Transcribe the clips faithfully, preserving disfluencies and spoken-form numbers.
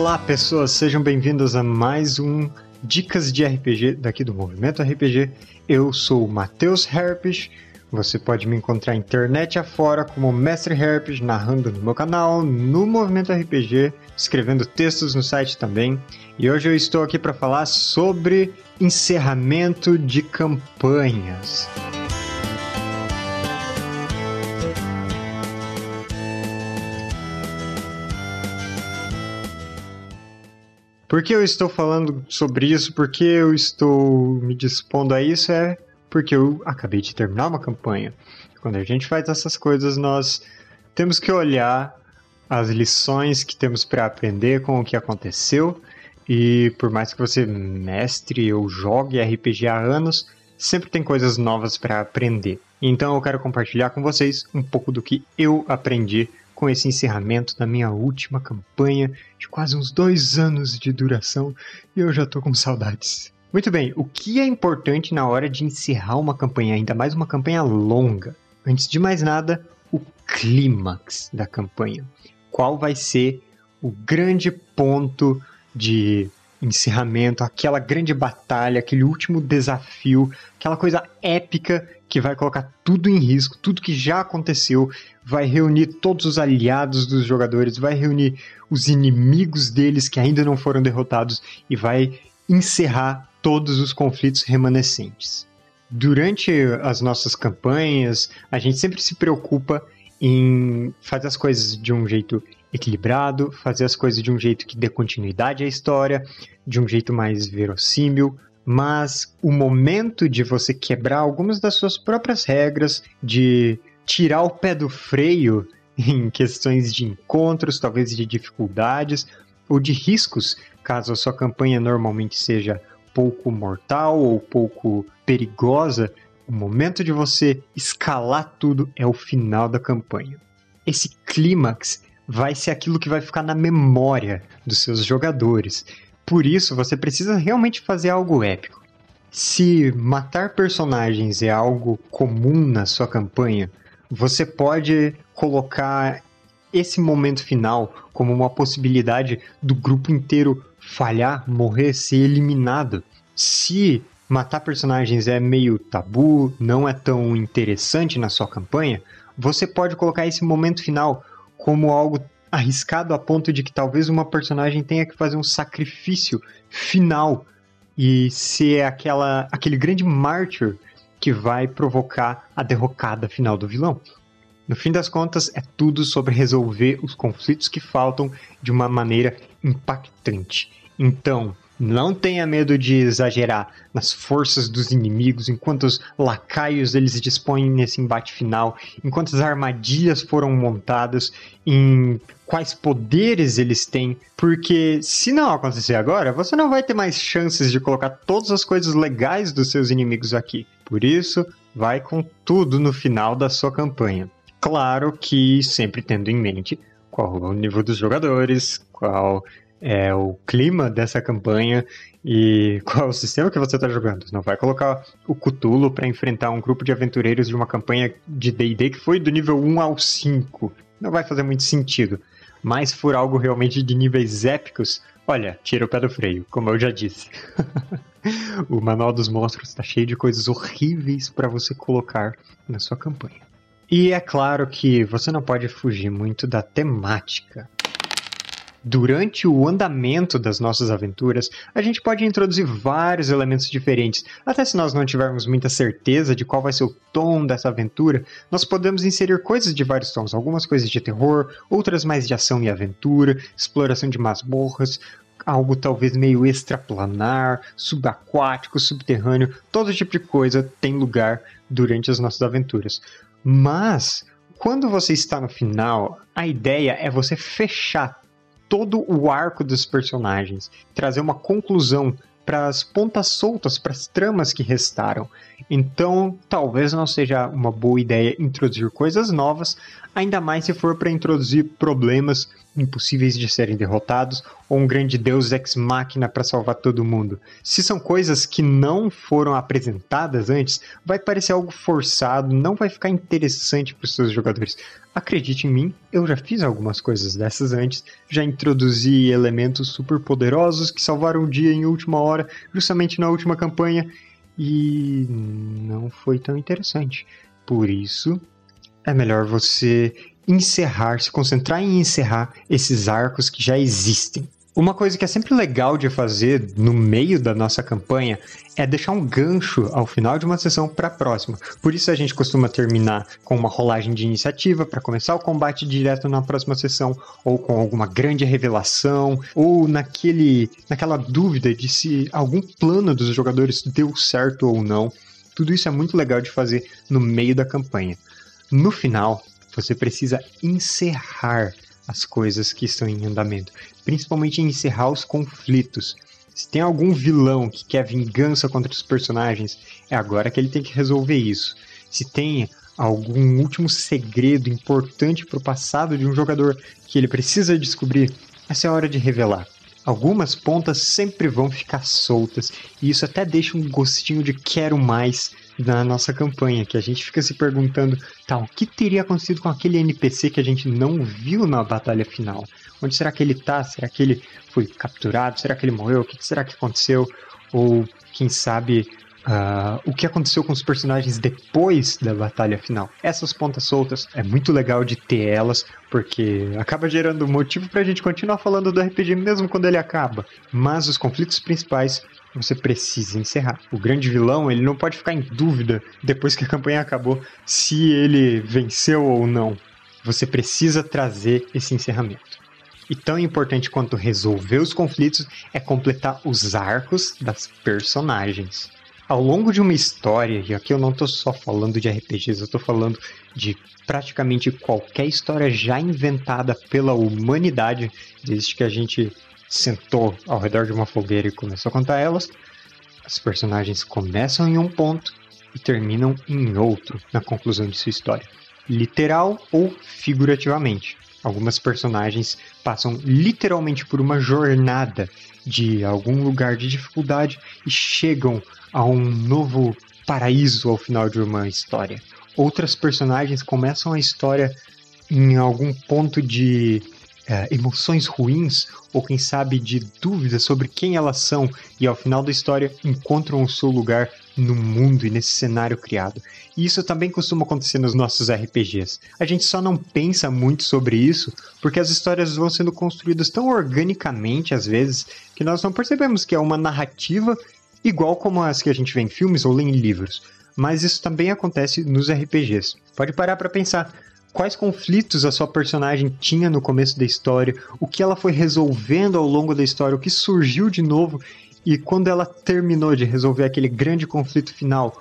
Olá pessoas, sejam bem-vindos a mais um Dicas de R P G daqui do Movimento R P G. Eu sou o Matheus Herpes, você pode me encontrar internet afora como Mestre Herpes, narrando no meu canal, no Movimento R P G, escrevendo textos no site também. E hoje eu estou aqui para falar sobre encerramento de campanhas. Por que eu estou falando sobre isso? Por que eu estou me dispondo a isso? É porque eu acabei de terminar uma campanha. Quando a gente faz essas coisas, nós temos que olhar as lições que temos para aprender com o que aconteceu. E por mais que você mestre ou jogue R P G há anos, sempre tem coisas novas para aprender. Então eu quero compartilhar com vocês um pouco do que eu aprendi com esse encerramento da minha última campanha de quase uns dois anos de duração, e eu já tô com saudades. Muito bem, o que é importante na hora de encerrar uma campanha, ainda mais uma campanha longa? Antes de mais nada, o clímax da campanha. Qual vai ser o grande ponto de encerramento, aquela grande batalha, aquele último desafio, aquela coisa épica que vai colocar tudo em risco, tudo que já aconteceu, vai reunir todos os aliados dos jogadores, vai reunir os inimigos deles que ainda não foram derrotados e vai encerrar todos os conflitos remanescentes. Durante as nossas campanhas, a gente sempre se preocupa em fazer as coisas de um jeito equilibrado, fazer as coisas de um jeito que dê continuidade à história, de um jeito mais verossímil, mas o momento de você quebrar algumas das suas próprias regras, de tirar o pé do freio em questões de encontros, talvez de dificuldades ou de riscos, caso a sua campanha normalmente seja pouco mortal ou pouco perigosa, o momento de você escalar tudo é o final da campanha. Esse clímax vai ser aquilo que vai ficar na memória dos seus jogadores. Por isso, você precisa realmente fazer algo épico. Se matar personagens é algo comum na sua campanha, você pode colocar esse momento final como uma possibilidade do grupo inteiro falhar, morrer, ser eliminado. Se matar personagens é meio tabu, não é tão interessante na sua campanha, você pode colocar esse momento final como algo arriscado a ponto de que talvez uma personagem tenha que fazer um sacrifício final e ser aquela, aquele grande mártir que vai provocar a derrocada final do vilão. No fim das contas, é tudo sobre resolver os conflitos que faltam de uma maneira impactante. Então, não tenha medo de exagerar nas forças dos inimigos, enquanto os lacaios eles dispõem nesse embate final, enquanto as armadilhas foram montadas, em quais poderes eles têm, porque se não acontecer agora, você não vai ter mais chances de colocar todas as coisas legais dos seus inimigos aqui. Por isso, vai com tudo no final da sua campanha. Claro que sempre tendo em mente qual é o nível dos jogadores, qual é o clima dessa campanha e qual é o sistema que você está jogando. Não vai colocar o Cthulhu para enfrentar um grupo de aventureiros de uma campanha de D e D que foi do nível um ao cinco. Não vai fazer muito sentido. Mas se for algo realmente de níveis épicos, olha, tira o pé do freio, como eu já disse. O Manual dos Monstros está cheio de coisas horríveis para você colocar na sua campanha. E é claro que você não pode fugir muito da temática. Durante o andamento das nossas aventuras, a gente pode introduzir vários elementos diferentes. Até se nós não tivermos muita certeza de qual vai ser o tom dessa aventura, nós podemos inserir coisas de vários tons. Algumas coisas de terror, outras mais de ação e aventura, exploração de masmorras, algo talvez meio extraplanar, subaquático, subterrâneo. Todo tipo de coisa tem lugar durante as nossas aventuras. Mas, quando você está no final, a ideia é você fechar todo o arco dos personagens, trazer uma conclusão para as pontas soltas, para as tramas que restaram. Então, talvez não seja uma boa ideia introduzir coisas novas, ainda mais se for para introduzir problemas impossíveis de serem derrotados, ou um grande deus ex machina para salvar todo mundo. Se são coisas que não foram apresentadas antes, vai parecer algo forçado, não vai ficar interessante para os seus jogadores. Acredite em mim, eu já fiz algumas coisas dessas antes, já introduzi elementos super poderosos que salvaram o dia em última hora, justamente na última campanha, e não foi tão interessante. Por isso, é melhor você encerrar, se concentrar em encerrar esses arcos que já existem. Uma coisa que é sempre legal de fazer no meio da nossa campanha é deixar um gancho ao final de uma sessão para a próxima. Por isso a gente costuma terminar com uma rolagem de iniciativa para começar o combate direto na próxima sessão, ou com alguma grande revelação, ou naquele, naquela dúvida de se algum plano dos jogadores deu certo ou não. Tudo isso é muito legal de fazer no meio da campanha. No final, você precisa encerrar as coisas que estão em andamento, principalmente encerrar os conflitos. Se tem algum vilão que quer vingança contra os personagens, é agora que ele tem que resolver isso. Se tem algum último segredo importante para o passado de um jogador que ele precisa descobrir, essa é a hora de revelar. Algumas pontas sempre vão ficar soltas, e isso até deixa um gostinho de quero mais na nossa campanha, que a gente fica se perguntando, tá, o que teria acontecido com aquele N P C que a gente não viu na batalha final? Onde será que ele tá? Será que ele foi capturado? Será que ele morreu? O que será que aconteceu? Ou, quem sabe, uh, o que aconteceu com os personagens depois da batalha final? Essas pontas soltas, é muito legal de ter elas, porque acaba gerando motivo pra gente continuar falando do R P G mesmo quando ele acaba. Mas os conflitos principais você precisa encerrar. O grande vilão, ele não pode ficar em dúvida depois que a campanha acabou se ele venceu ou não. Você precisa trazer esse encerramento. E tão importante quanto resolver os conflitos é completar os arcos das personagens. Ao longo de uma história, e aqui eu não estou só falando de R P Gs, eu estou falando de praticamente qualquer história já inventada pela humanidade, desde que a gente sentou ao redor de uma fogueira e começou a contar elas, as personagens começam em um ponto e terminam em outro na conclusão de sua história, literal ou figurativamente. Algumas personagens passam literalmente por uma jornada de algum lugar de dificuldade e chegam a um novo paraíso ao final de uma história. Outras personagens começam a história em algum ponto de É, emoções ruins, ou quem sabe de dúvidas sobre quem elas são, e ao final da história encontram o seu lugar no mundo e nesse cenário criado. E isso também costuma acontecer nos nossos R P Gs. A gente só não pensa muito sobre isso porque as histórias vão sendo construídas tão organicamente às vezes que nós não percebemos que é uma narrativa igual como as que a gente vê em filmes ou lê em livros. Mas isso também acontece nos R P Gs. Pode parar para pensar. Quais conflitos a sua personagem tinha no começo da história, o que ela foi resolvendo ao longo da história, o que surgiu de novo, e quando ela terminou de resolver aquele grande conflito final,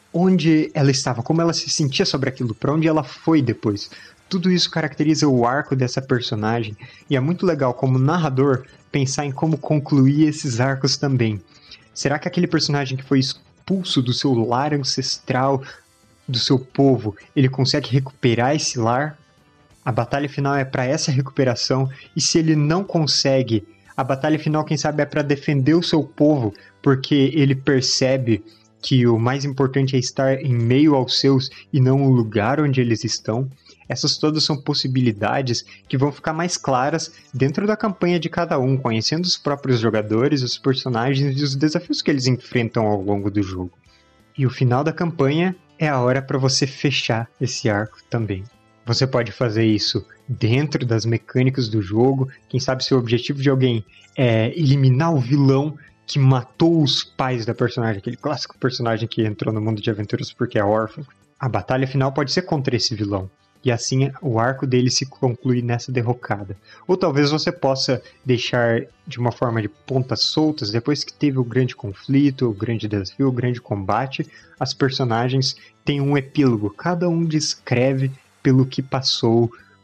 onde ela estava, como ela se sentia sobre aquilo, para onde ela foi depois. Tudo isso caracteriza o arco dessa personagem, e é muito legal como narrador pensar em como concluir esses arcos também. Será que aquele personagem que foi expulso do seu lar ancestral, do seu povo, ele consegue recuperar esse lar? A batalha final é para essa recuperação, e se ele não consegue, a batalha final, quem sabe, é para defender o seu povo, porque ele percebe que o mais importante é estar em meio aos seus e não o lugar onde eles estão. Essas todas são possibilidades que vão ficar mais claras dentro da campanha de cada um, conhecendo os próprios jogadores, os personagens e os desafios que eles enfrentam ao longo do jogo. E o final da campanha é a hora para você fechar esse arco também. Você pode fazer isso dentro das mecânicas do jogo. Quem sabe se o objetivo de alguém é eliminar o vilão que matou os pais da personagem, aquele clássico personagem que entrou no mundo de aventuras porque é órfão. A batalha final pode ser contra esse vilão. E assim o arco dele se conclui nessa derrocada. Ou talvez você possa deixar de uma forma de pontas soltas, depois que teve o grande conflito, o grande desafio, o grande combate, as personagens têm um epílogo. Cada um descreve pelo que passou,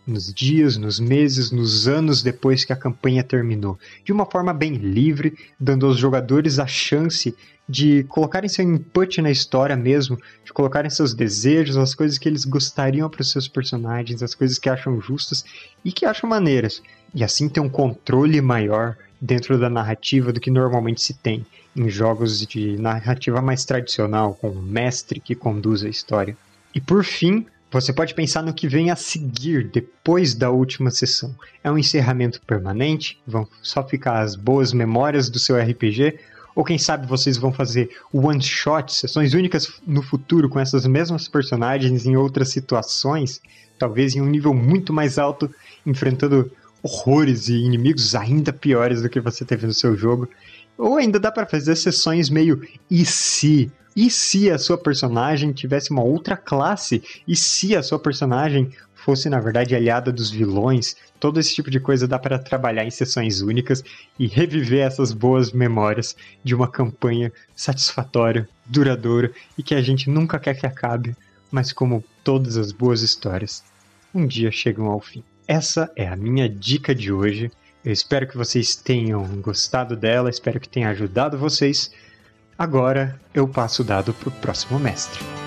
nos dias, nos meses, nos anos depois que a campanha terminou, de uma forma bem livre, dando aos jogadores a chance de colocarem seu input na história mesmo, de colocarem seus desejos, as coisas que eles gostariam para os seus personagens, as coisas que acham justas e que acham maneiras, e assim ter um controle maior dentro da narrativa do que normalmente se tem em jogos de narrativa mais tradicional, com um mestre que conduz a história. E por fim, você pode pensar no que vem a seguir depois da última sessão. É um encerramento permanente? Vão só ficar as boas memórias do seu R P G? Ou quem sabe vocês vão fazer one-shot, sessões únicas no futuro com essas mesmas personagens em outras situações, talvez em um nível muito mais alto, enfrentando horrores e inimigos ainda piores do que você teve no seu jogo. Ou ainda dá para fazer sessões meio e se... E se a sua personagem tivesse uma outra classe? E se a sua personagem fosse, na verdade, aliada dos vilões? Todo esse tipo de coisa dá para trabalhar em sessões únicas e reviver essas boas memórias de uma campanha satisfatória, duradoura e que a gente nunca quer que acabe, mas como todas as boas histórias, um dia chegam ao fim. Essa é a minha dica de hoje. Eu espero que vocês tenham gostado dela, espero que tenha ajudado vocês. Agora eu passo o dado para o próximo mestre.